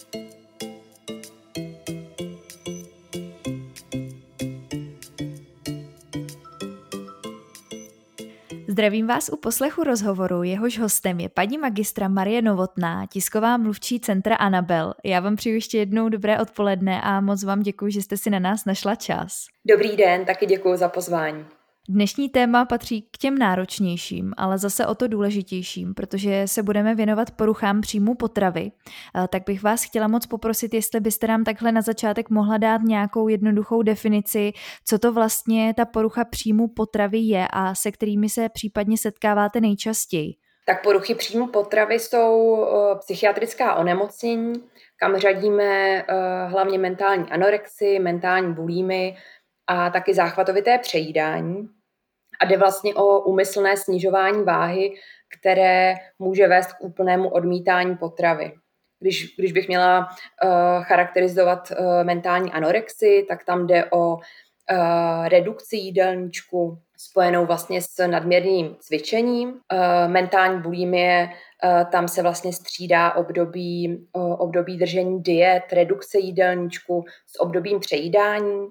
Zdravím vás u poslechu rozhovoru, jehož hostem je paní magistra Marie Novotná, tisková mluvčí Centra Anabel. Já vám přeju ještě jednou dobré odpoledne a moc vám děkuji, že jste si na nás našla čas. Dobrý den, taky děkuji za pozvání. Dnešní téma patří k těm náročnějším, ale zase o to důležitějším, protože se budeme věnovat poruchám příjmu potravy. Tak bych vás chtěla moc poprosit, jestli byste nám takhle na začátek mohla dát nějakou jednoduchou definici, co to vlastně ta porucha příjmu potravy je a se kterými se případně setkáváte nejčastěji. Tak poruchy příjmu potravy jsou psychiatrická onemocnění, kam řadíme hlavně mentální anorexii, mentální bulimy a taky záchvatovité přejídání. A jde vlastně o úmyslné snižování váhy, které může vést k úplnému odmítání potravy. Když bych měla charakterizovat mentální anorexii, tak tam jde o redukci jídelníčku spojenou vlastně s nadměrným cvičením. Mentální bulimie, tam se vlastně střídá období držení diet, redukce jídelníčku s obdobím přejídání.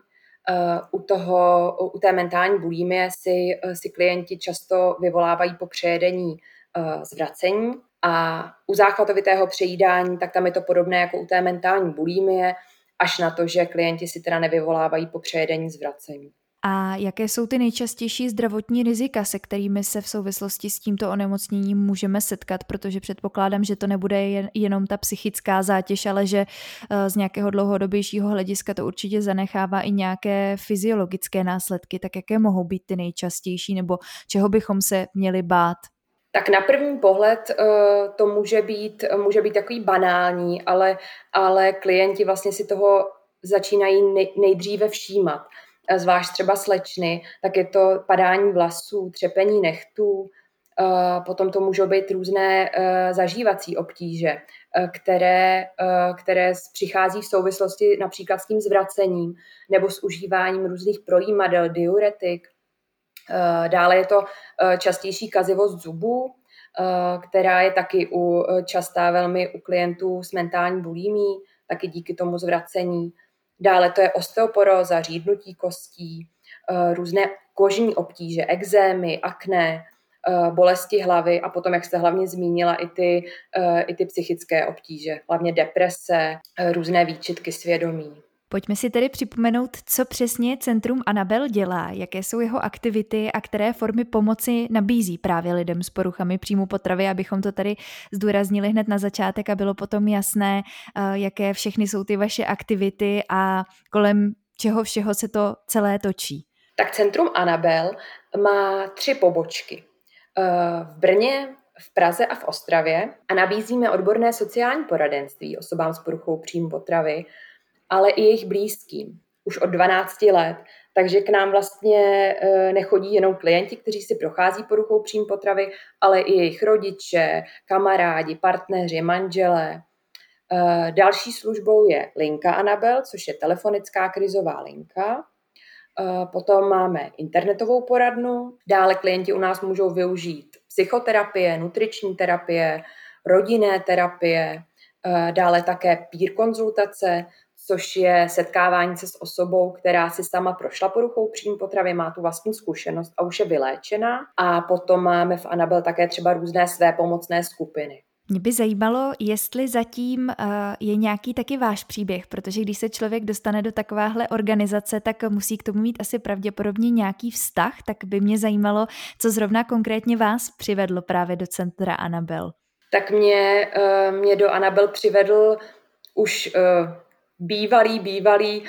U té mentální bulimie si klienti často vyvolávají po přejedení zvracení a u záchvatovitého přejídání, tak tam je to podobné jako u té mentální bulimie, až na to, že klienti si teda nevyvolávají po přejedení zvracení. A jaké jsou ty nejčastější zdravotní rizika, se kterými se v souvislosti s tímto onemocněním můžeme setkat, protože předpokládám, že to nebude jenom ta psychická zátěž, ale že z nějakého dlouhodobějšího hlediska to určitě zanechává i nějaké fyziologické následky, tak jaké mohou být ty nejčastější nebo čeho bychom se měli bát? Tak na první pohled to může být takový banální, ale klienti vlastně si toho začínají nejdříve všímat. Zvlášť třeba slečny, tak je to padání vlasů, třepení nechtů, potom to můžou být různé zažívací obtíže, které přichází v souvislosti například s tím zvracením nebo s užíváním různých projímadel, diuretik. Dále je to častější kazivost zubů, která je taky častá velmi u klientů s mentální bulimií, taky díky tomu zvracení. Dále to je osteoporóza, řídnutí kostí, různé kožní obtíže, ekzémy, akné, bolesti hlavy a potom, jak jste hlavně zmínila, i ty psychické obtíže, hlavně deprese, různé výčitky svědomí. Pojďme si tedy připomenout, co přesně Centrum Anabel dělá, jaké jsou jeho aktivity a které formy pomoci nabízí právě lidem s poruchami příjmu potravy, abychom to tady zdůraznili hned na začátek a bylo potom jasné, jaké všechny jsou ty vaše aktivity a kolem čeho všeho se to celé točí. Tak Centrum Anabel má 3 pobočky. V Brně, v Praze a v Ostravě a nabízíme odborné sociální poradenství osobám s poruchou příjmu potravy, ale i jejich blízkým, už od 12 let. Takže k nám vlastně nechodí jenom klienti, kteří si prochází poruchou příjmu potravy, ale i jejich rodiče, kamarádi, partneři, manželé. Další službou je linka Anabel, což je telefonická krizová linka. Potom máme internetovou poradnu. Dále klienti u nás můžou využít psychoterapie, nutriční terapie, rodinné terapie, dále také peer konzultace, což je setkávání se s osobou, která si sama prošla poruchou příjmu potravy, má tu vlastní zkušenost a už je vyléčená. A potom máme v Anabel také třeba různé své pomocné skupiny. Mě by zajímalo, jestli zatím je nějaký taky váš příběh, protože když se člověk dostane do takovéhle organizace, tak musí k tomu mít asi pravděpodobně nějaký vztah, tak by mě zajímalo, co zrovna konkrétně vás přivedlo právě do Centra Anabel. Tak mě do Anabel přivedl už bývalý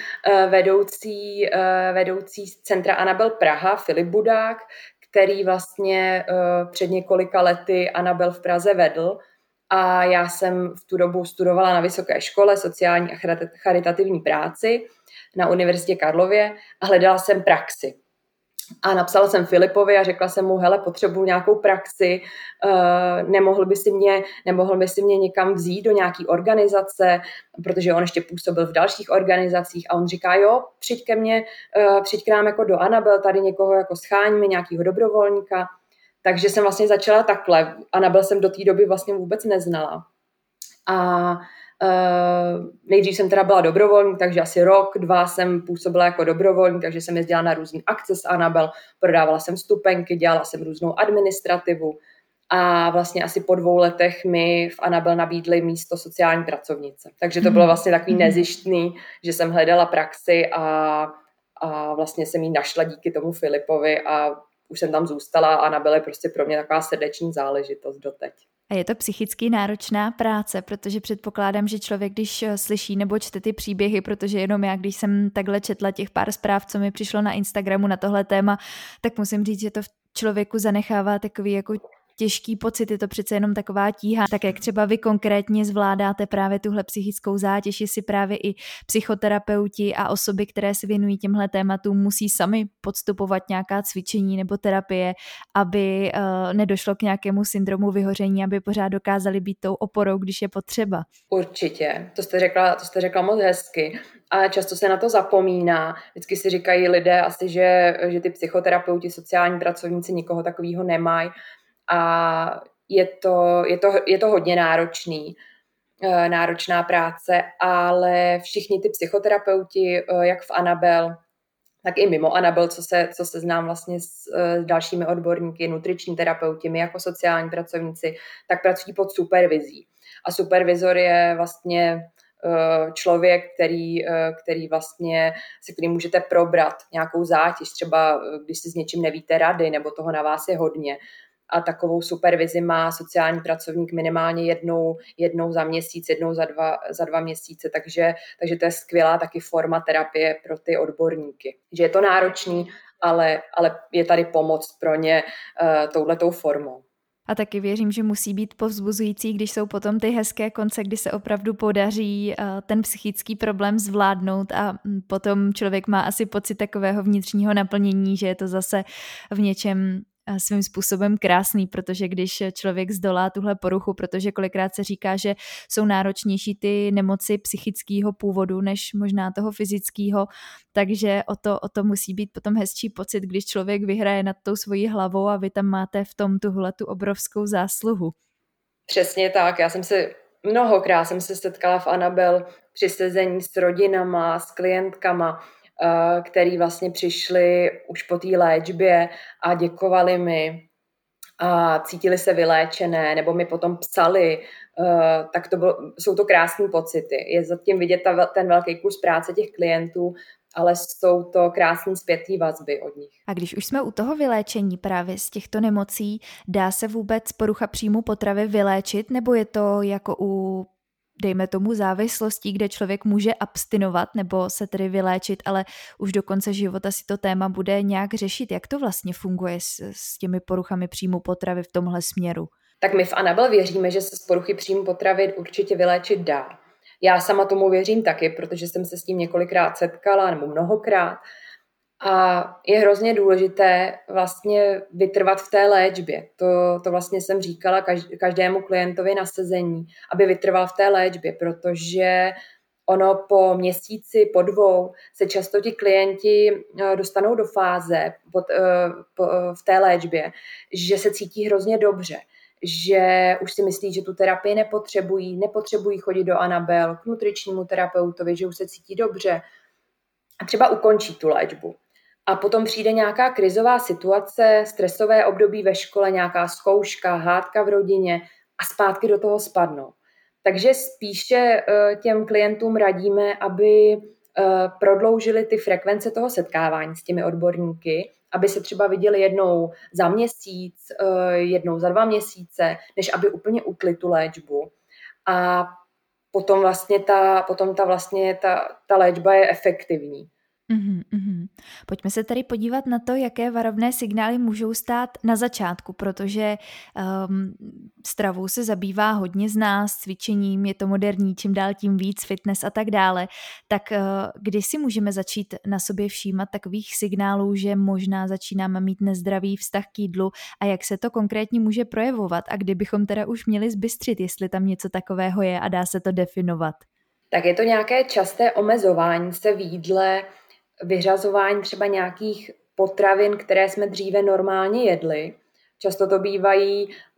vedoucí Centra Anabel Praha, Filip Budák, který vlastně před několika lety Anabel v Praze vedl. A já jsem v tu dobu studovala na vysoké škole sociální a charitativní práci na Univerzitě Karlově a hledala jsem praxi. A napsala jsem Filipovi a řekla jsem mu, hele, potřebuji nějakou praxi, nemohl by si mě někam vzít do nějaký organizace, protože on ještě působil v dalších organizacích a on říká, jo, přijď k nám jako do Anabel, tady někoho jako scháníme, nějakýho dobrovolníka. Takže jsem vlastně začala takhle. Anabel jsem do té doby vlastně vůbec neznala. A Nejdřív jsem teda byla dobrovolník, takže asi rok, 2 jsem působila jako dobrovolník, takže jsem jezdila na různé akce s Anabel, prodávala jsem vstupenky, dělala jsem různou administrativu a vlastně asi po 2 letech mi v Anabel nabídli místo sociální pracovnice. Takže to bylo vlastně takový nezištný, že jsem hledala praxi a vlastně jsem ji našla díky tomu Filipovi a už jsem tam zůstala a Anabel je prostě pro mě taková srdeční záležitost doteď. A je to psychicky náročná práce, protože předpokládám, že člověk, když slyší nebo čte ty příběhy, protože jenom já, když jsem takhle četla těch pár zpráv, co mi přišlo na Instagramu na tohle téma, tak musím říct, že to v člověku zanechává takový jako těžký pocit, je to přece jenom taková tíha. Tak jak třeba vy konkrétně zvládáte právě tuhle psychickou zátěž, jestli právě i psychoterapeuti a osoby, které se věnují těmhle tématům, musí sami podstupovat nějaká cvičení nebo terapie, aby nedošlo k nějakému syndromu vyhoření, aby pořád dokázali být tou oporou, když je potřeba. Určitě, to jste řekla moc hezky. A často se na to zapomíná. Vždycky si říkají lidé asi, že ty psychoterapeuti, sociální pracovníci nikoho takového nemají. A je to hodně náročná práce, ale všichni ty psychoterapeuti, jak v Anabel, tak i mimo Anabel, co se znám vlastně s dalšími odborníky, nutriční terapeuti, my jako sociální pracovníci, tak pracují pod supervizí. A supervizor je vlastně člověk, který vlastně, se kterým můžete probrat nějakou zátěž, třeba když si s něčím nevíte rady, nebo toho na vás je hodně. A takovou supervizi má sociální pracovník minimálně jednou za měsíc, jednou za dva měsíce, takže to je skvělá taky forma terapie pro ty odborníky. Že je to náročný, ale je tady pomoc pro ně touhletou formou. A taky věřím, že musí být povzbuzující, když jsou potom ty hezké konce, kdy se opravdu podaří ten psychický problém zvládnout a potom člověk má asi pocit takového vnitřního naplnění, že je to zase v něčem svým způsobem krásný, protože když člověk zdolá tuhle poruchu, protože kolikrát se říká, že jsou náročnější ty nemoci psychického původu, než možná toho fyzického, takže o to musí být potom hezčí pocit, když člověk vyhraje nad tou svojí hlavou a vy tam máte v tom tuhletu obrovskou zásluhu. Přesně tak, mnohokrát jsem se setkala v Anabel při sezení s rodinama, s klientkama, který vlastně přišli už po té léčbě a děkovali mi a cítili se vyléčené, nebo mi potom psali, tak jsou to krásné pocity. Je zatím vidět ten velký kus práce těch klientů, ale jsou to krásné zpětné vazby od nich. A když už jsme u toho vyléčení právě z těchto nemocí, dá se vůbec porucha příjmu potravy vyléčit, nebo je to jako u dejme tomu závislostí, kde člověk může abstinovat nebo se tedy vyléčit, ale už do konce života si to téma bude nějak řešit. Jak to vlastně funguje s těmi poruchami příjmu potravy v tomhle směru? Tak my v Anabel věříme, že se z poruchy příjmu potravy určitě vyléčit dá. Já sama tomu věřím taky, protože jsem se s tím několikrát setkala, nebo mnohokrát. A je hrozně důležité vlastně vytrvat v té léčbě. To vlastně jsem říkala každému klientovi na sezení, aby vytrval v té léčbě, protože ono po měsíci, po 2 se často ti klienti dostanou do fáze v té léčbě, že se cítí hrozně dobře, že už si myslí, že tu terapii nepotřebují chodit do Anabel, k nutričnímu terapeutovi, že už se cítí dobře a třeba ukončí tu léčbu. A potom přijde nějaká krizová situace, stresové období ve škole, nějaká zkouška, hádka v rodině a zpátky do toho spadnou. Takže spíše těm klientům radíme, aby prodloužili ty frekvence toho setkávání s těmi odborníky, aby se třeba viděli jednou za měsíc, jednou za 2 měsíce, než aby úplně utli tu léčbu. A potom vlastně ta léčba je efektivní. Pojďme se tady podívat na to, jaké varovné signály můžou stát na začátku, protože stravou se zabývá hodně z nás, cvičením, je to moderní, čím dál tím víc, fitness a tak dále. Tak kdy si můžeme začít na sobě všímat takových signálů, že možná začínáme mít nezdravý vztah k jídlu a jak se to konkrétně může projevovat a kdybychom teda už měli zbystřit, jestli tam něco takového je a dá se to definovat? Tak je to nějaké časté omezování se v jídle, vyřazování třeba nějakých potravin, které jsme dříve normálně jedli. Často to bývají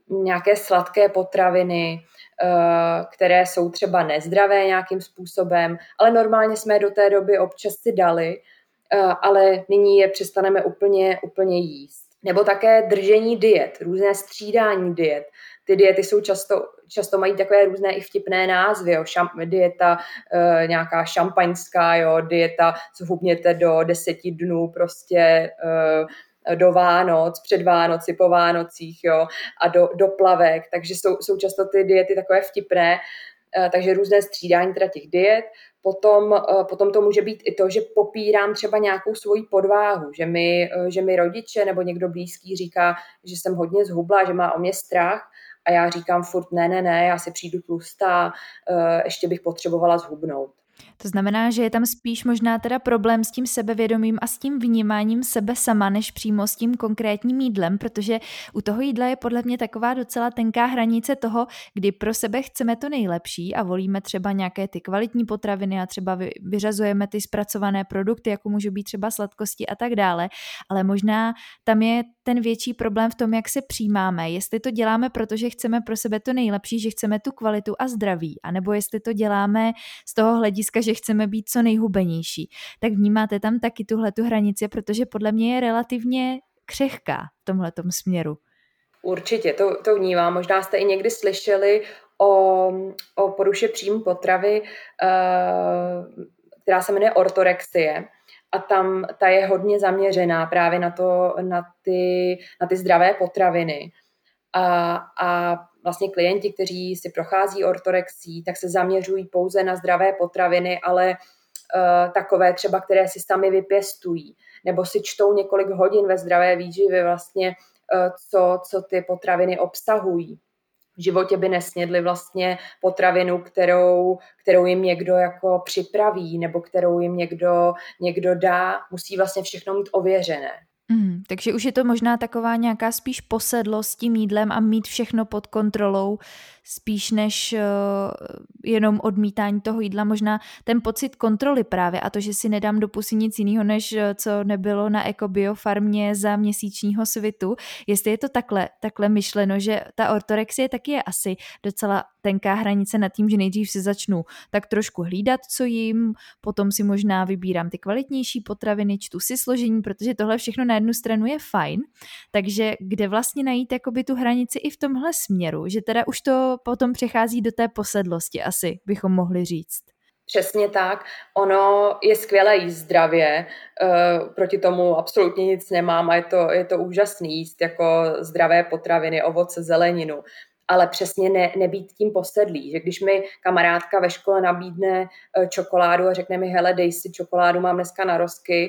nějaké sladké potraviny, které jsou třeba nezdravé nějakým způsobem, ale normálně jsme do té doby občas si dali, ale nyní je přestaneme úplně jíst. Nebo také držení diet, různé střídání diet. Ty diety jsou často mají takové různé i vtipné názvy. Jo. Dieta nějaká šampaňská, jo. Dieta zhubněte do 10 dnů prostě do Vánoc, před Vánoci, po Vánocích, jo, a do plavek. Takže jsou často ty diety takové vtipné, takže různé střídání teda těch diet. Potom to může být i to, že popírám třeba nějakou svoji podváhu, že mi rodiče nebo někdo blízký říká, že jsem hodně zhubla, že má o mě strach a já říkám furt ne, já si přijdu tlustá, ještě bych potřebovala zhubnout. To znamená, že je tam spíš možná teda problém s tím sebevědomím a s tím vnímáním sebe sama, než přímo s tím konkrétním jídlem, protože u toho jídla je podle mě taková docela tenká hranice toho, kdy pro sebe chceme to nejlepší a volíme třeba nějaké ty kvalitní potraviny a třeba vyřazujeme ty zpracované produkty, jako můžou být třeba sladkosti a tak dále, ale možná tam je ten větší problém v tom, jak se přijímáme, jestli to děláme, protože chceme pro sebe to nejlepší, že chceme tu kvalitu a zdraví, anebo jestli to děláme z toho hlediska, že chceme být co nejhubenější. Tak vnímáte tam taky tuhletu hranici, protože podle mě je relativně křehká v tomhletom směru. Určitě, to vnímám. Možná jste i někdy slyšeli o poruše příjmu potravy, která se jmenuje ortorexie. A ta je hodně zaměřená právě na ty zdravé potraviny. A vlastně klienti, kteří si prochází ortorexí, tak se zaměřují pouze na zdravé potraviny, ale takové třeba, které si sami vypěstují. Nebo si čtou několik hodin ve zdravé výživě vlastně, co ty potraviny obsahují. V životě by nesnědli vlastně potravinu, kterou jim někdo jako připraví nebo kterou jim někdo dá. Musí vlastně všechno mít ověřené. Takže už je to možná taková nějaká spíš posedlost s tím jídlem a mít všechno pod kontrolou, spíš než jenom odmítání toho jídla, možná ten pocit kontroly právě a to, že si nedám do pusy nic jiného, než co nebylo na ekobiofarmě za měsíčního svitu. Jestli je to takhle myšleno, že ta ortorexie taky je asi docela tenká hranice nad tím, že nejdřív si začnu tak trošku hlídat, co jim, potom si možná vybírám ty kvalitnější potraviny, čtu si složení, protože tohle všechno na jednu stranu je fajn, takže kde vlastně najít jakoby tu hranici i v tomhle směru, že teda už to potom přechází do té posedlosti, asi bychom mohli říct. Přesně tak. Ono je skvělé jíst zdravě, proti tomu absolutně nic nemám a je to úžasný jíst jako zdravé potraviny, ovoce, zeleninu. Ale přesně nebýt tím posedlý, že když mi kamarádka ve škole nabídne čokoládu a řekne mi, hele, dej si čokoládu, mám dneska narozky,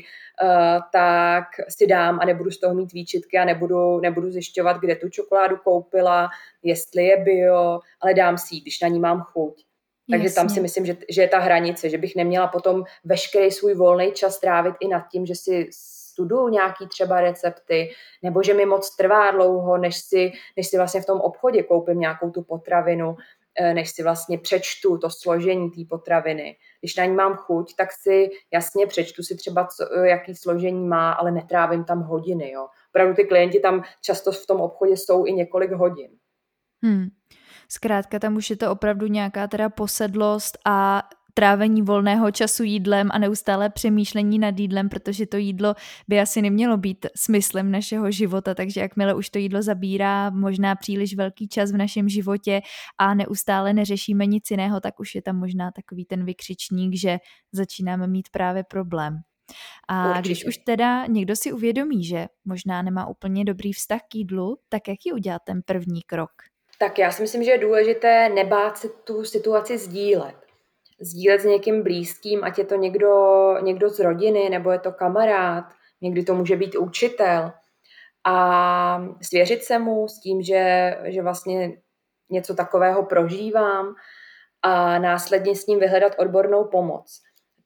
tak si dám a nebudu z toho mít výčitky a nebudu zjišťovat, kde tu čokoládu koupila, jestli je bio, ale dám si ji, když na ní mám chuť. Takže tam si myslím, že je ta hranice, že bych neměla potom veškerý svůj volný čas trávit i nad tím, že si studuju nějaký třeba recepty, nebo že mi moc trvá dlouho, než si vlastně v tom obchodě koupím nějakou tu potravinu, než si vlastně přečtu to složení té potraviny. Když na ní mám chuť, tak si jasně přečtu si třeba, jaký složení má, ale netrávím tam hodiny. Jo. Opravdu ty klienti tam často v tom obchodě jsou i několik hodin. Zkrátka tam už je to opravdu nějaká teda posedlost a trávení volného času jídlem a neustále přemýšlení nad jídlem, protože to jídlo by asi nemělo být smyslem našeho života, takže jakmile už to jídlo zabírá možná příliš velký čas v našem životě a neustále neřešíme nic jiného, tak už je tam možná takový ten vykřičník, že začínáme mít právě problém. A určitě. Když už teda někdo si uvědomí, že možná nemá úplně dobrý vztah k jídlu, tak jaký udělat ten první krok? Tak já si myslím, že je důležité nebát se tu situaci sdílet s někým blízkým, ať je to někdo z rodiny, nebo je to kamarád, někdy to může být učitel. A svěřit se mu s tím, že vlastně něco takového prožívám a následně s ním vyhledat odbornou pomoc.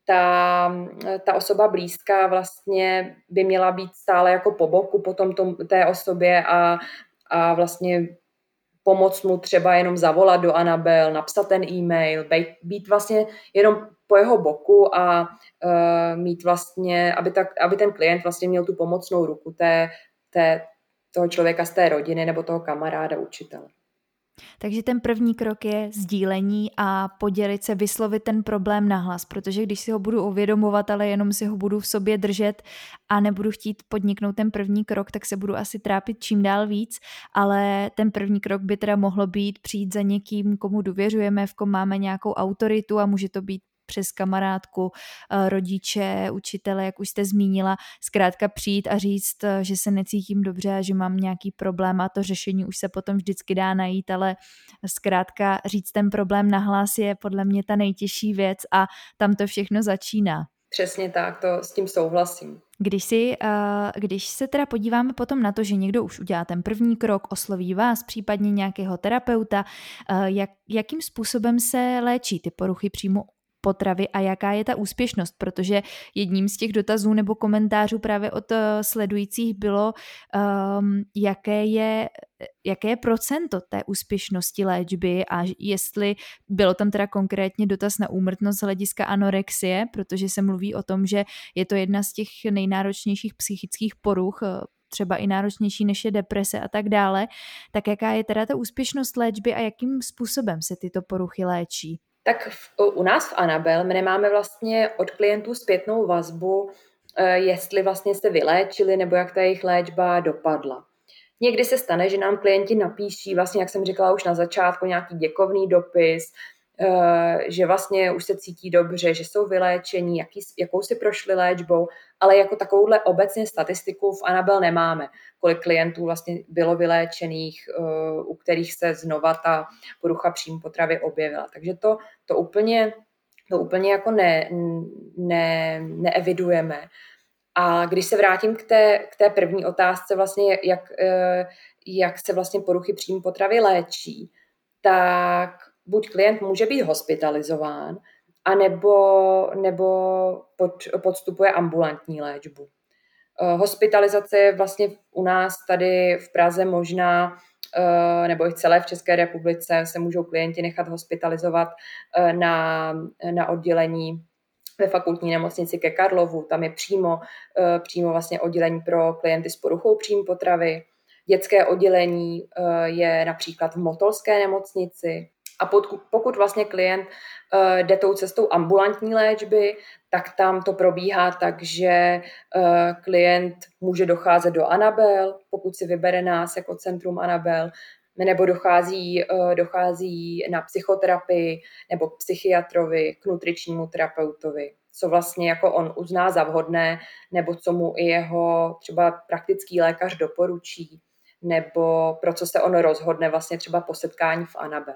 Ta osoba blízká vlastně by měla být stále jako po boku potom té osobě a vlastně pomoct mu třeba jenom zavolat do Anabel, napsat ten e-mail, být vlastně jenom po jeho boku a mít vlastně, aby ten klient vlastně měl tu pomocnou ruku té toho člověka z té rodiny nebo toho kamaráda, učitele. Takže ten první krok je sdílení a podělit se, vyslovit ten problém nahlas, protože když si ho budu uvědomovat, ale jenom si ho budu v sobě držet a nebudu chtít podniknout ten první krok, tak se budu asi trápit čím dál víc, ale ten první krok by teda mohlo být přijít za někým, komu důvěřujeme, v kom máme nějakou autoritu a může to být přes kamarádku, rodiče, učitele, jak už jste zmínila, zkrátka přijít a říct, že se necítím dobře a že mám nějaký problém a to řešení už se potom vždycky dá najít, ale zkrátka říct ten problém nahlas je podle mě ta nejtěžší věc a tam to všechno začíná. Přesně tak, to s tím souhlasím. Když se teda podíváme potom na to, že někdo už udělá ten první krok, osloví vás, případně nějakého terapeuta, jakým způsobem se léčí ty poruchy příjmu potravy a jaká je ta úspěšnost, protože jedním z těch dotazů nebo komentářů právě od sledujících bylo, jaké je procento té úspěšnosti léčby a jestli bylo tam teda konkrétně dotaz na úmrtnost z hlediska anorexie, protože se mluví o tom, že je to jedna z těch nejnáročnějších psychických poruch, třeba i náročnější než je deprese a tak dále, tak jaká je teda ta úspěšnost léčby a jakým způsobem se tyto poruchy léčí? Tak u nás v Anabel my nemáme vlastně od klientů zpětnou vazbu, jestli vlastně se vyléčili nebo jak ta jejich léčba dopadla. Někdy se stane, že nám klienti napíší, vlastně jak jsem říkala už na začátku, nějaký děkovný dopis, že vlastně už se cítí dobře, že jsou vyléčení, jakou si prošli léčbou, ale jako takovouhle obecně statistiku v Anabel nemáme, kolik klientů vlastně bylo vyléčených, u kterých se znova ta porucha příjmu potravy objevila. Takže to úplně jako neevidujeme. A když se vrátím k té první otázce, vlastně jak se vlastně poruchy příjmu potravy léčí, tak buď klient může být hospitalizován, nebo podstupuje ambulantní léčbu. Hospitalizace je vlastně u nás tady v Praze možná, nebo i celé v České republice se můžou klienti nechat hospitalizovat na oddělení ve fakultní nemocnici ke Karlovu. Tam je přímo vlastně oddělení pro klienty s poruchou příjmu potravy. Dětské oddělení je například v Motolské nemocnici. A pokud vlastně klient jde tou cestou ambulantní léčby, tak tam to probíhá tak, že klient může docházet do Anabel, pokud si vybere nás jako centrum Anabel, nebo dochází na psychoterapii nebo k psychiatrovi, k nutričnímu terapeutovi, co vlastně jako on uzná za vhodné, nebo co mu i jeho třeba praktický lékař doporučí, nebo pro co se on rozhodne vlastně třeba po setkání v Anabel.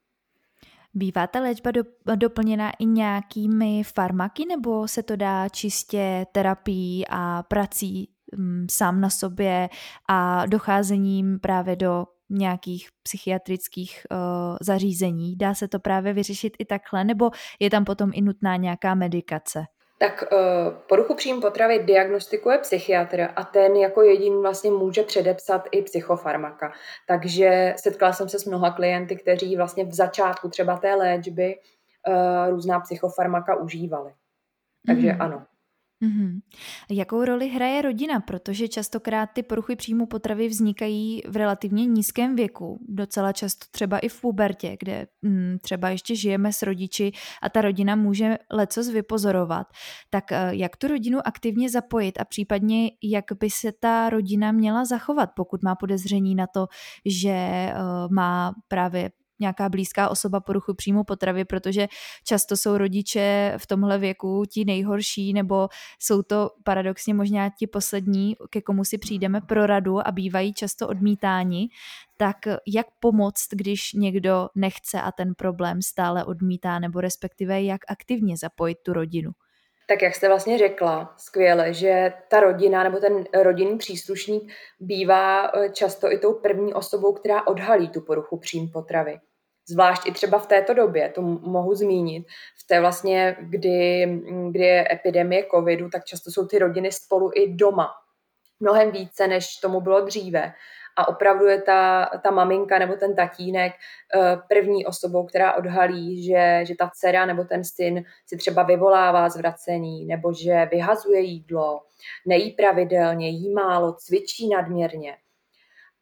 Bývá ta léčba doplněná i nějakými farmaky, nebo se to dá čistě terapií a prací sám na sobě a docházením právě do nějakých psychiatrických zařízení? Dá se to právě vyřešit i takhle, nebo je tam potom i nutná nějaká medikace? Tak poruchu příjmu potravy diagnostikuje psychiatr a ten jako jediný vlastně může předepsat i psychofarmaka. Takže setkala jsem se s mnoha klienty, kteří vlastně v začátku třeba té léčby různá psychofarmaka užívali. Takže ano. Mm-hmm. Jakou roli hraje rodina? Protože častokrát ty poruchy příjmu potravy vznikají v relativně nízkém věku, docela často třeba i v pubertě, kde třeba ještě žijeme s rodiči a ta rodina může lecos vypozorovat. Tak jak tu rodinu aktivně zapojit a případně jak by se ta rodina měla zachovat, pokud má podezření na to, že má právě nějaká blízká osoba poruchu příjmu potravy, protože často jsou rodiče v tomhle věku ti nejhorší, nebo jsou to paradoxně možná ti poslední, ke komu si přijdeme pro radu a bývají často odmítáni. Tak jak pomoct, když někdo nechce a ten problém stále odmítá, nebo respektive jak aktivně zapojit tu rodinu? Tak jak jste vlastně řekla, skvěle, že ta rodina nebo ten rodinný příslušník bývá často i tou první osobou, která odhalí tu poruchu příjmu potravy. Zvlášť i třeba v této době, to mohu zmínit, v té vlastně, kdy je epidemie covidu, tak často jsou ty rodiny spolu i doma. Mnohem více, než tomu bylo dříve. A opravdu je ta maminka nebo ten tatínek první osobou, která odhalí, že ta dcera nebo ten syn si třeba vyvolává zvracení, nebo že vyhazuje jídlo, nejí pravidelně, jí málo, cvičí nadměrně.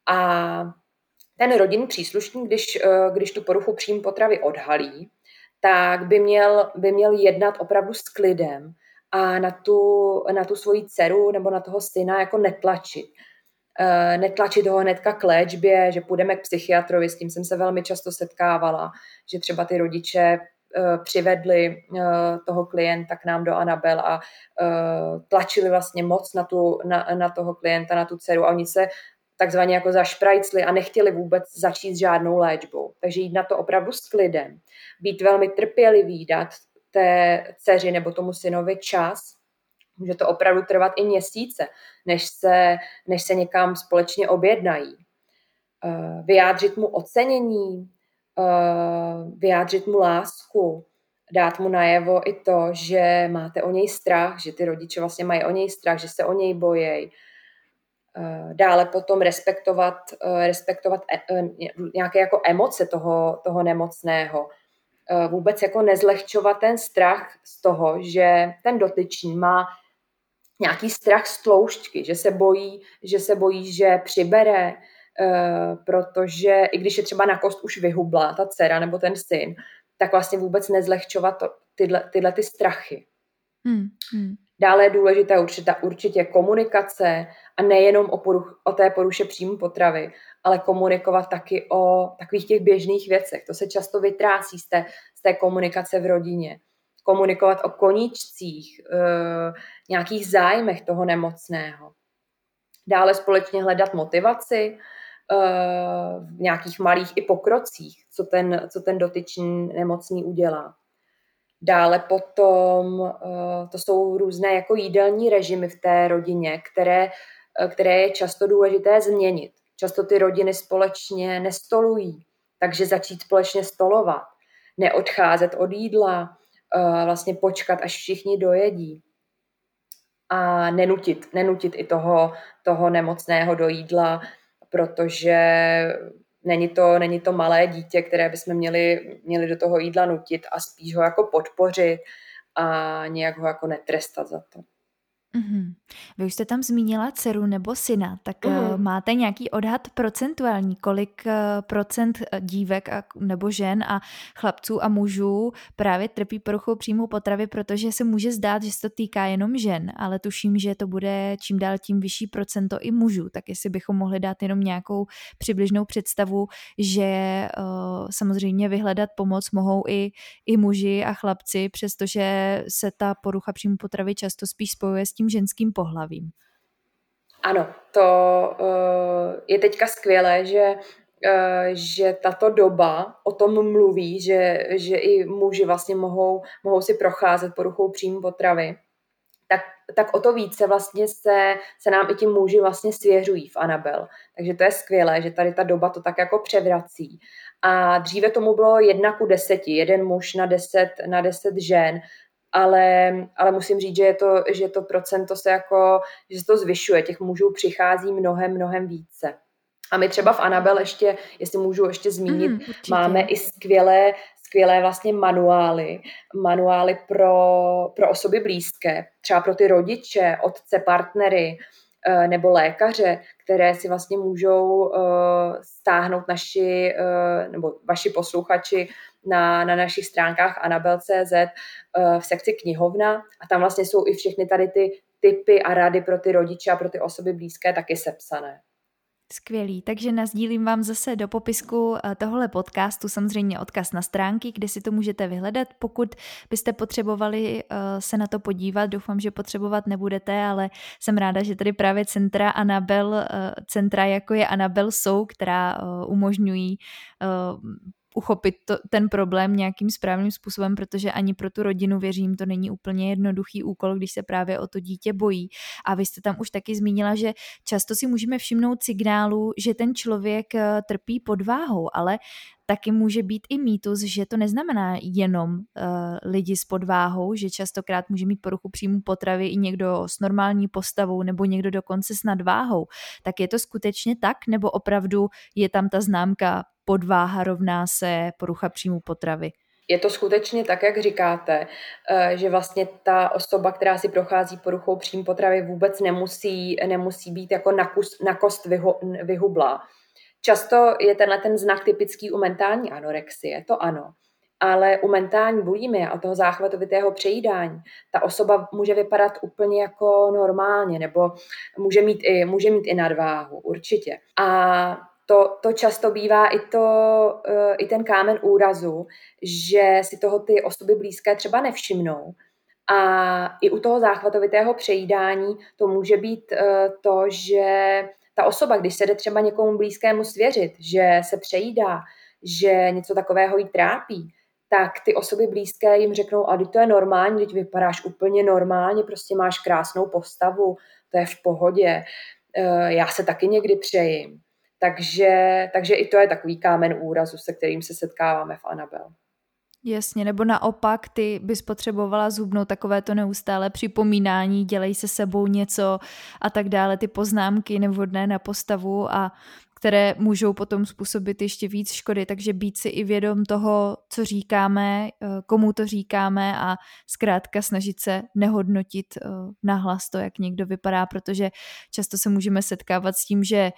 A ten rodinný příslušník, když tu poruchu příjmu potravy odhalí, tak by měl jednat opravdu s klidem a na tu svoji dceru nebo na toho syna jako netlačit. Netlačit ho hnedka k léčbě, že půjdeme k psychiatrovi, s tím jsem se velmi často setkávala, že třeba ty rodiče přivedli toho klienta k nám do Anabel a tlačili vlastně moc na toho klienta, na tu dceru a oni se takzvaně jako zašprajcli a nechtěli vůbec začít s žádnou léčbou. Takže jít na to opravdu s klidem, být velmi trpělivý, dát té dceři nebo tomu synovi čas. Může to opravdu trvat i měsíce, než se někam společně objednají. Vyjádřit mu ocenění, vyjádřit mu lásku, dát mu najevo i to, že máte o něj strach, že ty rodiče vlastně mají o něj strach, že se o něj bojí. Dále potom respektovat nějaké jako emoce toho nemocného. Vůbec jako nezlehčovat ten strach z toho, že ten dotyčný má nějaký strach z tloušťky, že se bojí, že přibere, protože i když je třeba na kost už vyhublá ta dcera nebo ten syn, tak vlastně vůbec nezlehčovat tyhle ty strachy. Dále je důležité určitě komunikace a nejenom o té poruše příjmu potravy, ale komunikovat taky o takových těch běžných věcech. To se často vytrácí z té komunikace v rodině. Komunikovat o koníčcích, nějakých zájmech toho nemocného. Dále společně hledat motivaci v nějakých malých i pokrocích, co ten dotyčný nemocný udělá. Dále potom to jsou různé jako jídelní režimy v té rodině, které je často důležité změnit. Často ty rodiny společně nestolují, takže začít společně stolovat, neodcházet od jídla, vlastně počkat, až všichni dojedí a nenutit i toho nemocného do jídla, protože není to malé dítě, které bychom měli do toho jídla nutit a spíš ho jako podpořit a nějak ho jako netrestat za to. Mm-hmm. Vy už jste tam zmínila dceru nebo syna, tak máte nějaký odhad procentuální, kolik procent dívek nebo žen a chlapců a mužů právě trpí poruchou příjmu potravy, protože se může zdát, že se to týká jenom žen, ale tuším, že to bude čím dál tím vyšší procento i mužů, tak jestli bychom mohli dát jenom nějakou přibližnou představu, že samozřejmě vyhledat pomoc mohou i muži a chlapci, přestože se ta porucha příjmu potravy často spíš spojuje s tím ženským pohlavím. Ano, to je teďka skvělé, že tato doba o tom mluví, že i muži vlastně mohou si procházet poruchou příjmu potravy. Tak o to více vlastně se nám i ti muži vlastně svěřují v Anabel. Takže to je skvělé, že tady ta doba to tak jako převrací. A dříve tomu bylo 1:10, jeden muž na 10 žen, ale musím říct, že to procento že se to zvyšuje, těch mužů přichází mnohem více. A my třeba v Anabel ještě, jestli můžu ještě zmínit, máme i skvělé vlastně manuály pro osoby blízké, třeba pro ty rodiče, otce, partnery nebo lékaře, které si vlastně můžou stáhnout nebo vaši posluchači na našich stránkách anabel.cz v sekci knihovna a tam vlastně jsou i všechny tady ty tipy a rady pro ty rodiče a pro ty osoby blízké taky sepsané. Skvělý, takže nasdílím vám zase do popisku tohle podcastu samozřejmě odkaz na stránky, kde si to můžete vyhledat, pokud byste potřebovali se na to podívat, doufám, že potřebovat nebudete, ale jsem ráda, že tady právě centra Anabel, centra jako je Anabel jsou, která umožňují uchopit ten problém nějakým správným způsobem, protože ani pro tu rodinu, věřím, to není úplně jednoduchý úkol, když se právě o to dítě bojí. A vy jste tam už taky zmínila, že často si můžeme všimnout signálu, že ten člověk trpí podváhou, ale taky může být i mýtus, že to neznamená jenom lidi s podváhou, že častokrát může mít poruchu příjmu potravy i někdo s normální postavou nebo někdo dokonce s nadváhou. Tak je to skutečně tak, nebo opravdu je tam ta známka podváha rovná se porucha příjmu potravy? Je to skutečně tak, jak říkáte, že vlastně ta osoba, která si prochází poruchou příjmu potravy, vůbec nemusí být jako na kost vyhublá. Často je ten znak typický u mentální anorexie, to ano. Ale u mentální bulimie a toho záchvatovitého přejídání ta osoba může vypadat úplně jako normálně, nebo může mít i nadváhu, určitě. A to často bývá i ten kámen úrazu, že si toho ty osoby blízké třeba nevšimnou. A i u toho záchvatovitého přejídání to může být to, že ta osoba, když se jde třeba někomu blízkému svěřit, že se přejídá, že něco takového jí trápí, tak ty osoby blízké jim řeknou, a to je normální, teď vypadáš úplně normálně, prostě máš krásnou postavu, to je v pohodě, já se taky někdy přejím. Takže i to je takový kámen úrazu, se kterým se setkáváme v Anabel. Jasně, nebo naopak ty bys potřebovala zhubnout, takové to neustále připomínání, dělej se sebou něco a tak dále, ty poznámky nevhodné na postavu a které můžou potom způsobit ještě víc škody, takže být si i vědom toho, co říkáme, komu to říkáme a zkrátka snažit se nehodnotit nahlas to, jak někdo vypadá, protože často se můžeme setkávat s tím, že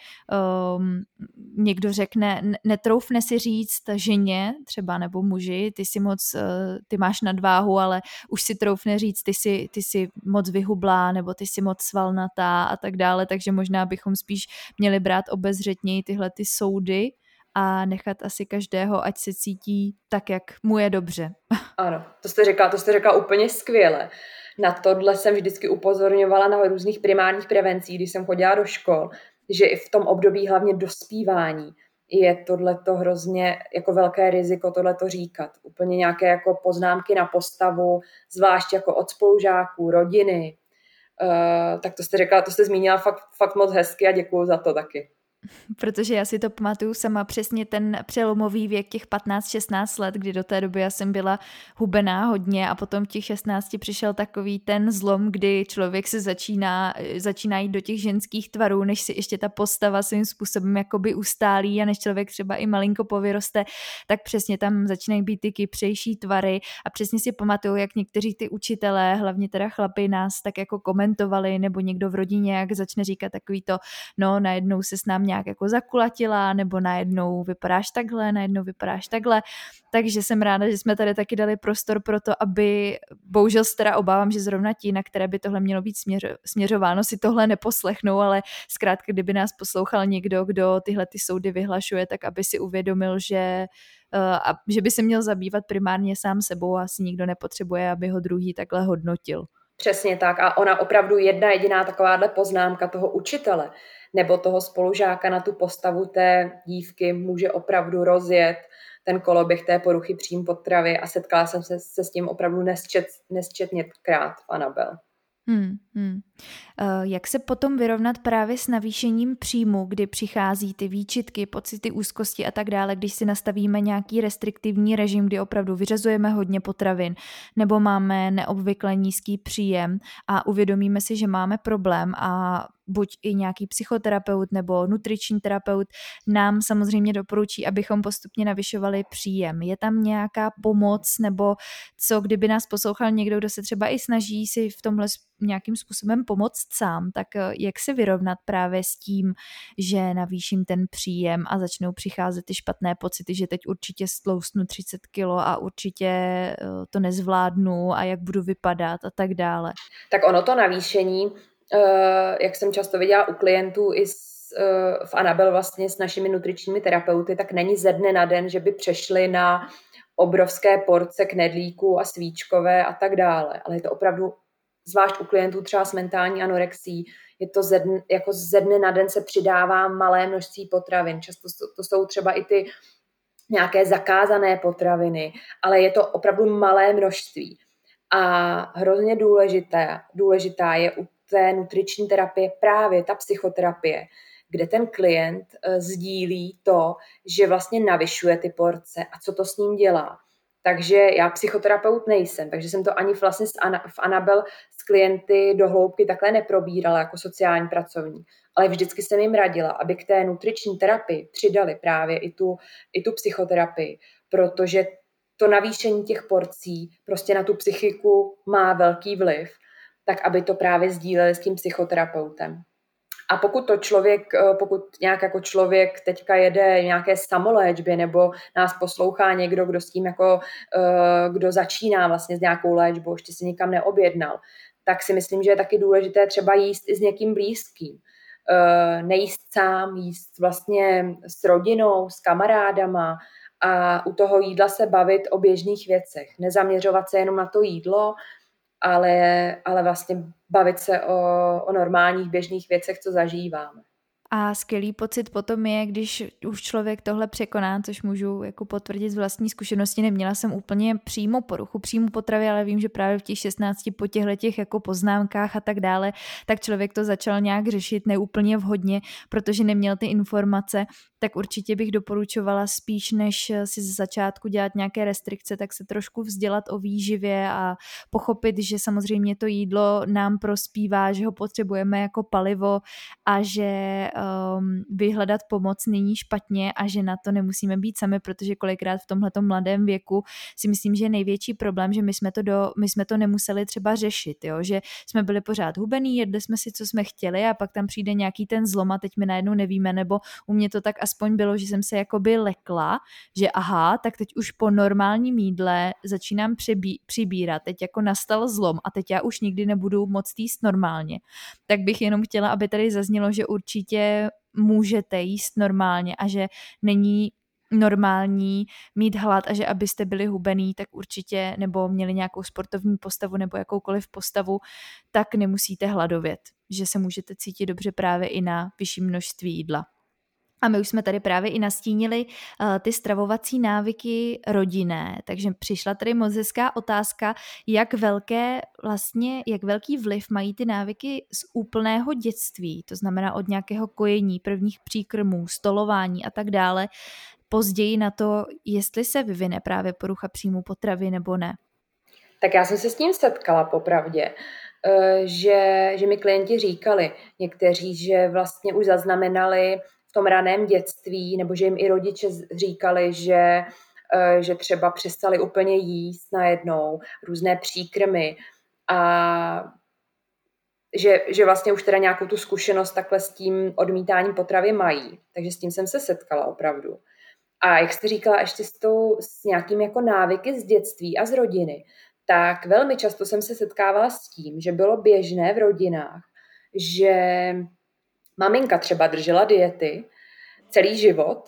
někdo řekne, netroufne si říct ženě třeba nebo muži, ty máš nadváhu, ale už si troufne říct, ty jsi moc vyhublá nebo ty jsi moc svalnatá a tak dále, takže možná bychom spíš měli brát obezřetně tyhle ty soudy a nechat asi každého, ať se cítí tak, jak mu je dobře. Ano, to jste řekla úplně skvěle. Na tohle jsem vždycky upozorňovala na různých primárních prevencích, když jsem chodila do škol, že i v tom období hlavně dospívání je tohleto hrozně jako velké riziko tohleto říkat. Úplně nějaké jako poznámky na postavu, zvlášť jako od spolužáků, rodiny. Tak to jste zmínila fakt moc hezky a děkuju za to taky. Protože já si to pamatuju sama přesně ten přelomový věk těch 15-16 let, kdy do té doby já jsem byla hubená hodně a potom v těch 16 přišel takový ten zlom, kdy člověk se začíná jít do těch ženských tvarů, než si ještě ta postava svým způsobem jakoby ustálí a než člověk třeba i malinko povyroste, tak přesně tam začínají být ty kypřejší tvary a přesně si pamatuju, jak někteří ty učitelé, hlavně teda chlapi, nás tak jako komentovali nebo někdo v rodině, jak začne říkat takový to, no najednou se s námi nějak jako zakulatila, nebo najednou vypadáš takhle, takže jsem ráda, že jsme tady taky dali prostor pro to, aby, bohužel se teda obávám, že zrovna ti, na které by tohle mělo být směřováno, si tohle neposlechnou, ale zkrátka, kdyby nás poslouchal někdo, kdo tyhle ty soudy vyhlašuje, tak aby si uvědomil, že by se měl zabývat primárně sám sebou a asi nikdo nepotřebuje, aby ho druhý takhle hodnotil. Přesně tak a ona opravdu jedna jediná takováhle poznámka toho učitele nebo toho spolužáka na tu postavu té dívky může opravdu rozjet ten koloběh té poruchy příjmu potravy a setkala jsem se s tím opravdu nesčetněkrát v Anabel. Jak se potom vyrovnat právě s navýšením příjmu, kdy přichází ty výčitky, pocity úzkosti a tak dále, když si nastavíme nějaký restriktivní režim, kdy opravdu vyřazujeme hodně potravin nebo máme neobvykle nízký příjem a uvědomíme si, že máme problém a buď i nějaký psychoterapeut nebo nutriční terapeut nám samozřejmě doporučí, abychom postupně navyšovali příjem. Je tam nějaká pomoc nebo co, kdyby nás poslouchal někdo, kdo se třeba i snaží si v tomhle nějakým způsobem pomoct sám, tak jak se vyrovnat právě s tím, že navýším ten příjem a začnou přicházet ty špatné pocity, že teď určitě stloustnu 30 kilo a určitě to nezvládnu a jak budu vypadat a tak dále. Tak ono to navýšení, jak jsem často viděla u klientů i v Anabel vlastně s našimi nutričními terapeuty, tak není ze dne na den, že by přešli na obrovské porce knedlíků a svíčkové a tak dále. Ale je to opravdu, zvlášť u klientů třeba s mentální anorexií, je to ze dne na den se přidává malé množství potravin. Často to jsou třeba i ty nějaké zakázané potraviny, ale je to opravdu malé množství. A hrozně důležitá je u té nutriční terapie právě ta psychoterapie, kde ten klient sdílí to, že vlastně navyšuje ty porce a co to s ním dělá. Takže já psychoterapeut nejsem, takže jsem to ani vlastně v Anabel s klienty do hloubky takhle neprobírala jako sociální pracovník. Ale vždycky jsem jim radila, aby k té nutriční terapii přidali právě i tu psychoterapii, protože to navýšení těch porcí prostě na tu psychiku má velký vliv, tak aby to právě sdíleli s tím psychoterapeutem. A pokud nějak jako člověk teďka jede nějaké samoléčbě nebo nás poslouchá někdo, kdo s tím jako, kdo začíná vlastně s nějakou léčbou, ještě si nikam neobjednal, tak si myslím, že je taky důležité třeba jíst i s někým blízkým. Nejíst sám, jíst vlastně s rodinou, s kamarádama a u toho jídla se bavit o běžných věcech. Nezaměřovat se jenom na to jídlo, ale vlastně bavit se o normálních běžných věcech, co zažíváme. A skvělý pocit potom je, když už člověk tohle překoná, což můžu jako potvrdit z vlastní zkušenosti. Neměla jsem úplně přímo poruchu příjmu potravy, ale vím, že právě v těch 16 po těch jako poznámkách a tak dále, tak člověk to začal nějak řešit neúplně vhodně, protože neměl ty informace, tak určitě bych doporučovala spíš, než si z začátku dělat nějaké restrikce, tak se trošku vzdělat o výživě a pochopit, že samozřejmě to jídlo nám prospívá, že ho potřebujeme jako palivo a že vyhledat pomoc není špatně a že na to nemusíme být sami, protože kolikrát v tomhletom mladém věku si myslím, že je největší problém, že my jsme to nemuseli třeba řešit, jo? Že jsme byli pořád hubený, jedli jsme si, co jsme chtěli a pak tam přijde nějaký ten zlom a teď my najednou nevíme, nebo u mě to tak aspoň bylo, že jsem se jakoby lekla, že aha, tak teď už po normálním jídle začínám přibírat, teď jako nastal zlom a teď já už nikdy nebudu moc jíst normálně. Tak bych jenom chtěla, aby tady zaznělo, že určitě můžete jíst normálně a že není normální mít hlad a že abyste byli hubený, tak určitě, nebo měli nějakou sportovní postavu nebo jakoukoliv postavu, tak nemusíte hladovět, že se můžete cítit dobře právě i na vyšším množství jídla. A my už jsme tady právě i nastínili ty stravovací návyky rodinné, takže přišla tady moc hezká otázka, jak velký vliv mají ty návyky z úplného dětství, to znamená od nějakého kojení, prvních příkrmů, stolování a tak dále, později na to, jestli se vyvine právě porucha příjmu potravy nebo ne. Tak já jsem se s tím setkala popravdě, že mi klienti říkali, někteří, že vlastně už zaznamenali v tom raném dětství, nebo že jim i rodiče říkali, že třeba přestali úplně jíst najednou různé příkrmy a že vlastně už teda nějakou tu zkušenost takhle s tím odmítáním potravy mají. Takže s tím jsem se setkala opravdu. A jak jste říkala, ještě s nějakým jako návyky z dětství a z rodiny, tak velmi často jsem se setkávala s tím, že bylo běžné v rodinách, že maminka třeba držela diety celý život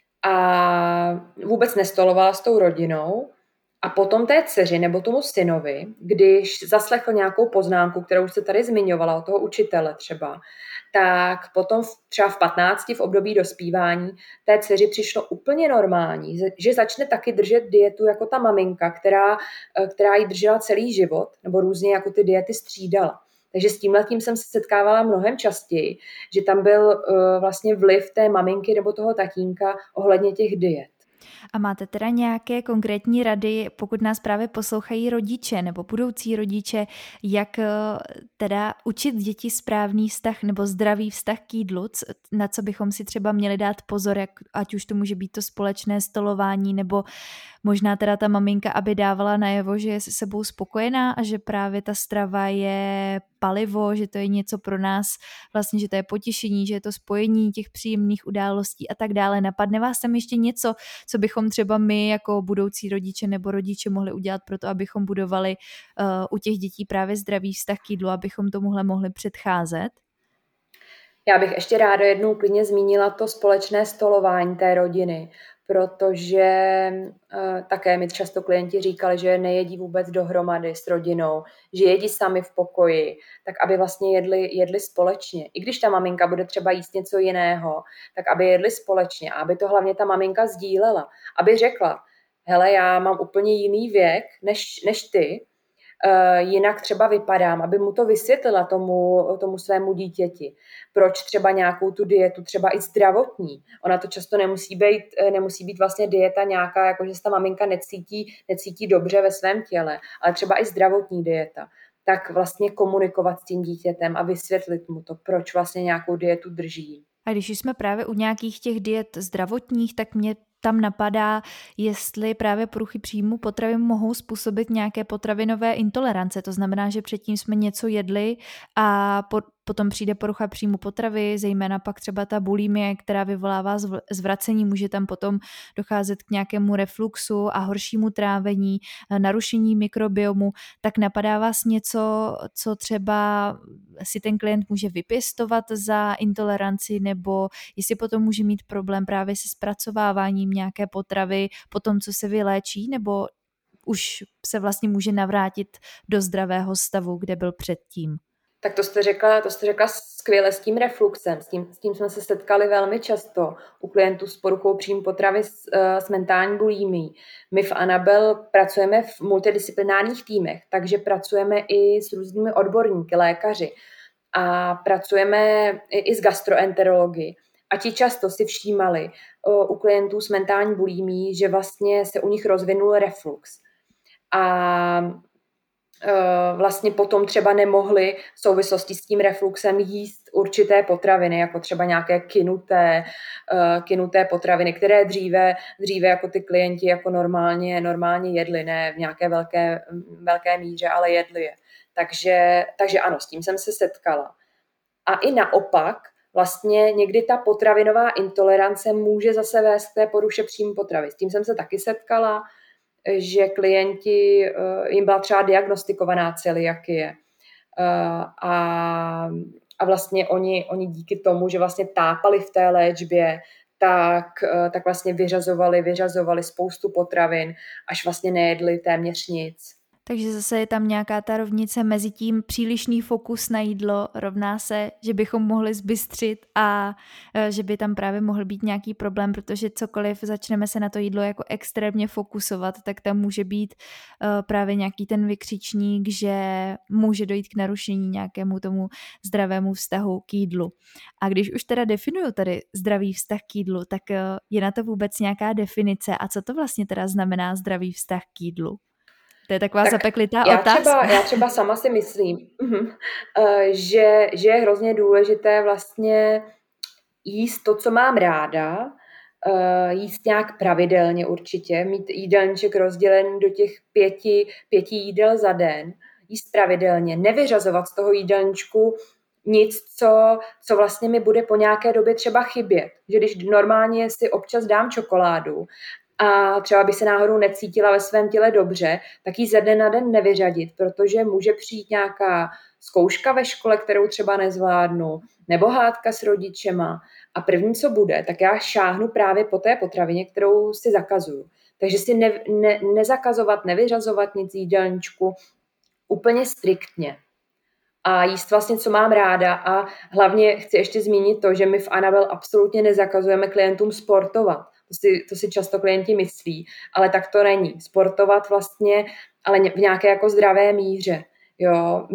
a vůbec nestolovala s tou rodinou a potom té dceři nebo tomu synovi, když zaslechl nějakou poznámku, kterou jste tady zmiňovala od toho učitele třeba, tak potom třeba v 15 v období dospívání té dceři přišlo úplně normální, že začne taky držet dietu jako ta maminka, která ji držela celý život, nebo různě jako ty diety střídala. Takže s tímhletím jsem se setkávala mnohem častěji, že tam byl vlastně vliv té maminky nebo toho tatínka ohledně těch diet. A máte teda nějaké konkrétní rady, pokud nás právě poslouchají rodiče nebo budoucí rodiče, jak teda učit děti správný vztah nebo zdravý vztah k jídlu, na co bychom si třeba měli dát pozor, ať už to může být to společné stolování nebo možná teda ta maminka, aby dávala najevo, že je se sebou spokojená a že právě ta strava je palivo, že to je něco pro nás, vlastně, že to je potěšení, že je to spojení těch příjemných událostí a tak dále. Napadne vás tam ještě něco, co bychom třeba my jako budoucí rodiče nebo rodiče mohli udělat pro to, abychom budovali u těch dětí právě zdravý vztah k jídlu, abychom tomuhle mohli předcházet? Já bych ještě ráda jednou klidně zmínila to společné stolování té rodiny, protože také mi často klienti říkali, že nejedí vůbec dohromady s rodinou, že jedí sami v pokoji, tak aby vlastně jedli společně. I když ta maminka bude třeba jíst něco jiného, tak aby jedli společně a aby to hlavně ta maminka sdílela, aby řekla, hele, já mám úplně jiný věk než ty, jinak třeba vypadám, aby mu to vysvětlila tomu svému dítěti. Proč třeba nějakou tu dietu, třeba i zdravotní. Ona to často nemusí být vlastně dieta nějaká, jako že se ta maminka necítí dobře ve svém těle, ale třeba i zdravotní dieta. Tak vlastně komunikovat s tím dítětem a vysvětlit mu to, proč vlastně nějakou dietu drží. A když jsme právě u nějakých těch diet zdravotních, tak mě tam napadá, jestli právě poruchy příjmu potravy mohou způsobit nějaké potravinové intolerance. To znamená, že předtím jsme něco jedli a potom přijde porucha příjmu potravy, zejména pak třeba ta bulimie, která vyvolává zvracení, může tam potom docházet k nějakému refluxu a horšímu trávení, narušení mikrobiomu. Tak napadá vás něco, co třeba si ten klient může vypěstovat za intoleranci, nebo jestli potom může mít problém právě se zpracováváním nějaké potravy po tom, co se vyléčí, nebo už se vlastně může navrátit do zdravého stavu, kde byl předtím? Tak to jste řekla skvěle s tím refluxem. S tím jsme se setkali velmi často u klientů s poruchou příjmu potravy s mentální bulimií. My v Anabel pracujeme v multidisciplinárních týmech, takže pracujeme i s různými odborníky, lékaři a pracujeme i s gastroenterology. A ti často si všímali u klientů s mentální bulimií, že vlastně se u nich rozvinul reflux. A vlastně potom třeba nemohli v souvislosti s tím refluxem jíst určité potraviny, jako třeba nějaké kynuté potraviny, které dříve jako ty klienti jako normálně jedli, ne v nějaké velké míře, ale jedli je. Takže ano, s tím jsem se setkala. A i naopak, vlastně někdy ta potravinová intolerance může zase vést k té poruše příjmu potravy. S tím jsem se taky setkala, že klienti, jim byla třeba diagnostikovaná celiakie a vlastně oni díky tomu, že vlastně tápali v té léčbě, tak vlastně vyřazovali spoustu potravin, až vlastně nejedli téměř nic. Takže zase je tam nějaká ta rovnice mezi tím přílišný fokus na jídlo rovná se, že bychom mohli zbystřit a že by tam právě mohl být nějaký problém, protože cokoliv začneme se na to jídlo jako extrémně fokusovat, tak tam může být právě nějaký ten vykřičník, že může dojít k narušení nějakému tomu zdravému vztahu k jídlu. A když už teda definuju tady zdravý vztah k jídlu, tak je na to vůbec nějaká definice a co to vlastně teda znamená zdravý vztah k jídlu? To je taková zapeklitá otázka. Já třeba sama si myslím, že je hrozně důležité vlastně jíst to, co mám ráda, jíst nějak pravidelně určitě, mít jídelníček rozdělen do těch pěti jídel za den, jíst pravidelně, nevyřazovat z toho jídelníčku nic, co vlastně mi bude po nějaké době třeba chybět. Že když normálně si občas dám čokoládu a třeba bych se náhodou necítila ve svém těle dobře, tak ji ze dne na den nevyřadit, protože může přijít nějaká zkouška ve škole, kterou třeba nezvládnu, nebo hádka s rodičema. A první, co bude, tak já šáhnu právě po té potravině, kterou si zakazuju. Takže si nezakazovat, nevyřazovat nic z jídelníčku úplně striktně. A jíst vlastně, co mám ráda. A hlavně chci ještě zmínit to, že my v Anabel absolutně nezakazujeme klientům sportovat. To si často klienti myslí, ale tak to není. Sportovat vlastně, ale v nějaké jako zdravé míře. Jo,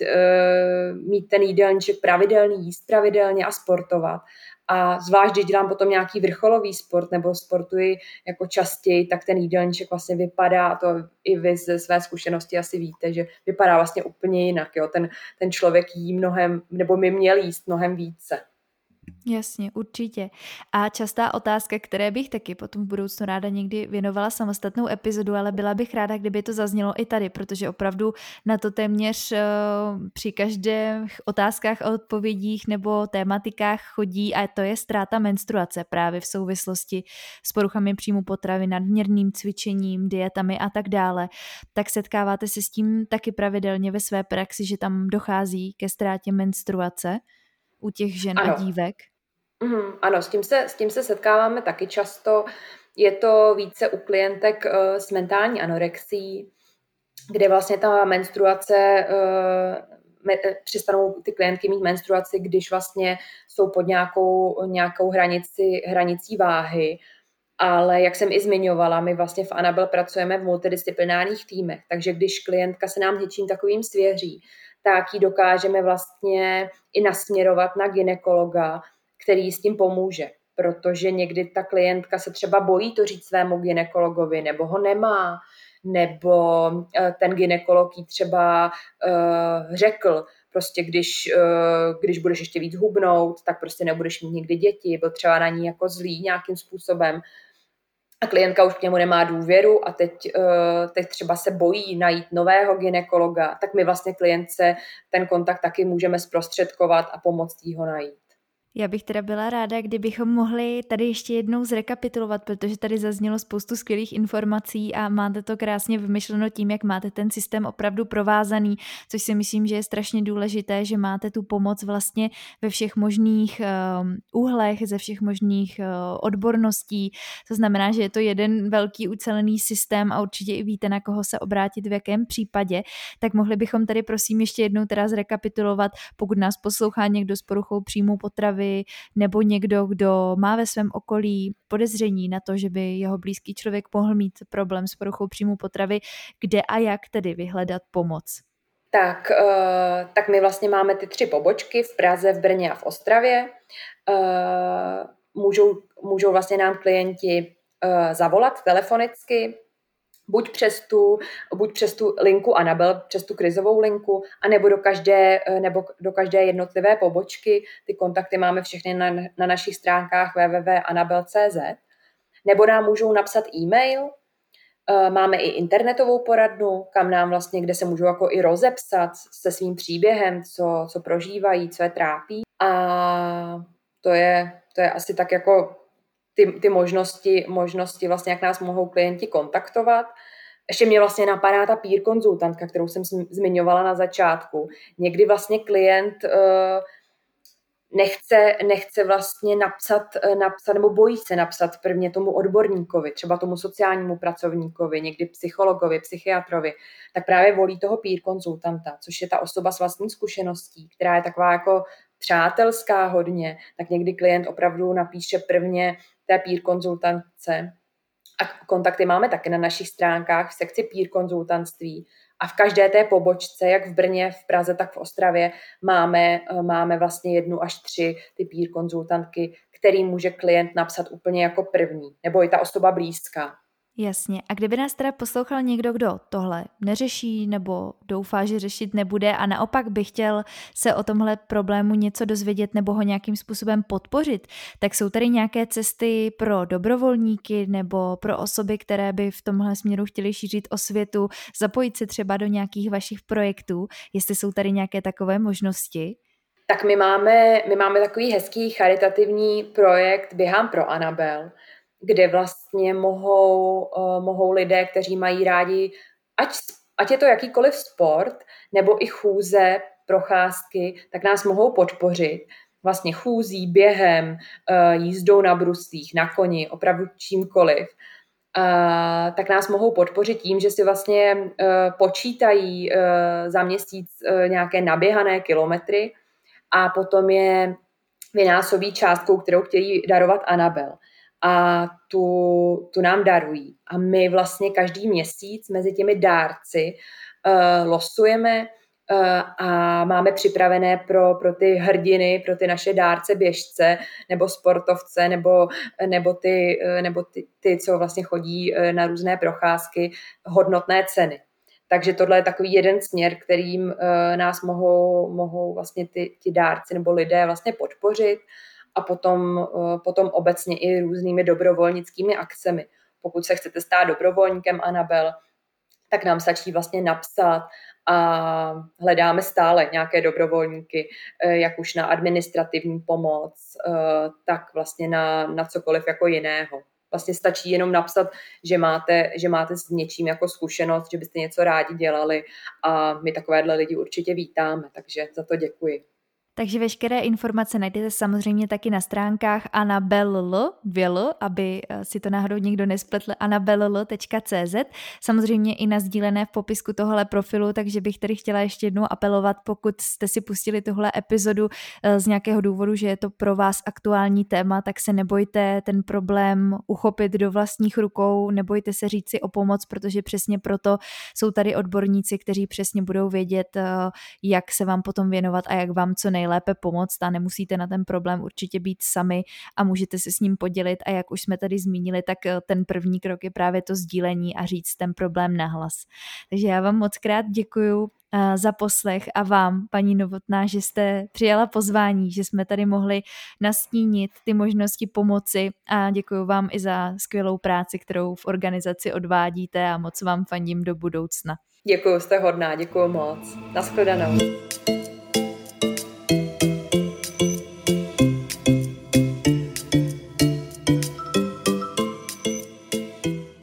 mít ten jídelníček pravidelný, jíst pravidelně a sportovat. A zvlášť, když dělám potom nějaký vrcholový sport nebo sportuji jako častěji, tak ten jídelníček vlastně vypadá, a to i vy ze své zkušenosti asi víte, že vypadá vlastně úplně jinak. Jo. Ten člověk jí mnohem, nebo by měl jíst mnohem více. Jasně, určitě. A častá otázka, které bych taky potom v budoucnu ráda někdy věnovala samostatnou epizodu, ale byla bych ráda, kdyby to zaznělo i tady, protože opravdu na to téměř při každých otázkách a odpovědích nebo tématikách chodí a to je ztráta menstruace právě v souvislosti s poruchami příjmu potravy, nadměrným cvičením, dietami a tak dále. Tak setkáváte se s tím taky pravidelně ve své praxi, že tam dochází ke ztrátě menstruace u těch žen a dívek? Ano, s tím se setkáváme taky často. Je to více u klientek s mentální anorexií, kde vlastně ta menstruace, přestanou ty klientky mít menstruaci, když vlastně jsou pod nějakou hranicí váhy. Ale jak jsem i zmiňovala, my vlastně v Anabel pracujeme v multidisciplinárních týmech, takže když klientka se nám něčím takovým svěří, tak ji dokážeme vlastně i nasměrovat na gynekologa, který s tím pomůže, protože někdy ta klientka se třeba bojí to říct svému gynekologovi, nebo ho nemá, nebo ten gynekolog jí třeba řekl, prostě když budeš ještě víc hubnout, tak prostě nebudeš mít nikdy děti, byl třeba na ní jako zlý nějakým způsobem. a klientka už k němu nemá důvěru a teď třeba se bojí najít nového gynekologa, tak my vlastně klientce ten kontakt taky můžeme zprostředkovat a pomoct jí ho najít. Já bych teda byla ráda, kdybychom mohli tady ještě jednou zrekapitulovat, protože tady zaznělo spoustu skvělých informací a máte to krásně vymyšleno tím, jak máte ten systém opravdu provázaný, což si myslím, že je strašně důležité, že máte tu pomoc vlastně ve všech možných úhlech, ze všech možných odborností. To znamená, že je to jeden velký ucelený systém a určitě i víte, na koho se obrátit v jakém případě. Tak mohli bychom tady prosím ještě jednou teda zrekapitulovat, pokud nás poslouchá někdo s poruchou příjmu potravy, nebo někdo, kdo má ve svém okolí podezření na to, že by jeho blízký člověk mohl mít problém s poruchou příjmu potravy, kde a jak tedy vyhledat pomoc? Tak my vlastně máme ty 3 pobočky v Praze, v Brně a v Ostravě. Můžou vlastně nám klienti zavolat telefonicky, buď přes tu linku Anabel, přes tu krizovou linku, anebo do každé jednotlivé pobočky. Ty kontakty máme všechny na našich stránkách www.anabel.cz. Nebo nám můžou napsat e-mail. Máme i internetovou poradnu, kam nám vlastně, kde se můžou jako i rozepsat se svým příběhem, co prožívají, co je trápí. A to je asi tak jako ty možnosti vlastně, jak nás mohou klienti kontaktovat. Ještě mě vlastně napadá ta peer konzultantka, kterou jsem zmiňovala na začátku. Někdy vlastně klient nechce vlastně napsat nebo bojí se napsat prvně tomu odborníkovi, třeba tomu sociálnímu pracovníkovi, někdy psychologovi, psychiatrovi, tak právě volí toho peer konzultanta, což je ta osoba s vlastní zkušeností, která je taková jako přátelská hodně, tak někdy klient opravdu napíše prvně té peer konzultantce. A kontakty máme taky na našich stránkách v sekci peer konzultantství. A v každé té pobočce, jak v Brně, v Praze, tak v Ostravě, máme vlastně 1 až 3 ty peer konzultantky, který může klient napsat úplně jako první, nebo i ta osoba blízká. Jasně. A kdyby nás teda poslouchal někdo, kdo tohle neřeší nebo doufá, že řešit nebude a naopak by chtěl se o tomhle problému něco dozvědět nebo ho nějakým způsobem podpořit, tak jsou tady nějaké cesty pro dobrovolníky nebo pro osoby, které by v tomhle směru chtěli šířit osvětu, zapojit se třeba do nějakých vašich projektů, jestli jsou tady nějaké takové možnosti? Tak my máme takový hezký charitativní projekt Běhám pro Anabel, kde vlastně mohou lidé, kteří mají rádi, ať je to jakýkoliv sport, nebo i chůze, procházky, tak nás mohou podpořit. Vlastně chůzí, během, jízdou na bruslích, na koni, opravdu čímkoliv. Tak nás mohou podpořit tím, že si vlastně počítají za měsíc nějaké naběhané kilometry a potom je vynásobí částkou, kterou chtějí darovat Anabel. A tu nám darují. A my vlastně každý měsíc mezi těmi dárci losujeme a máme připravené pro ty hrdiny, pro ty naše dárce běžce nebo sportovce nebo ty, co vlastně chodí na různé procházky, hodnotné ceny. Takže tohle je takový jeden směr, kterým nás mohou vlastně ti dárci nebo lidé vlastně podpořit. A potom obecně i různými dobrovolnickými akcemi. Pokud se chcete stát dobrovolníkem Anabel, tak nám stačí vlastně napsat a hledáme stále nějaké dobrovolníky, jak už na administrativní pomoc, tak vlastně na cokoliv jako jiného. Vlastně stačí jenom napsat, že máte s něčím jako zkušenost, že byste něco rádi dělali a my takovéhle lidi určitě vítáme, takže za to děkuji. Takže veškeré informace najdete samozřejmě taky na stránkách anabel.cz, aby si to náhodou někdo nespletl, anabel.cz, samozřejmě i nasdílené v popisku tohle profilu, takže bych tady chtěla ještě jednou apelovat, pokud jste si pustili tuhle epizodu z nějakého důvodu, že je to pro vás aktuální téma, tak se nebojte ten problém uchopit do vlastních rukou, nebojte se říct si o pomoc, protože přesně proto jsou tady odborníci, kteří přesně budou vědět, jak se vám potom věnovat a jak vám co nejlépe nejlépe pomoct a nemusíte na ten problém určitě být sami a můžete se s ním podělit a jak už jsme tady zmínili, tak ten první krok je právě to sdílení a říct ten problém nahlas. Takže já vám moc krát děkuju za poslech a vám, paní Novotná, že jste přijala pozvání, že jsme tady mohli nastínit ty možnosti pomoci a děkuju vám i za skvělou práci, kterou v organizaci odvádíte a moc vám fandím do budoucna. Děkuju, jste hodná, děkuju moc. Nashledanou.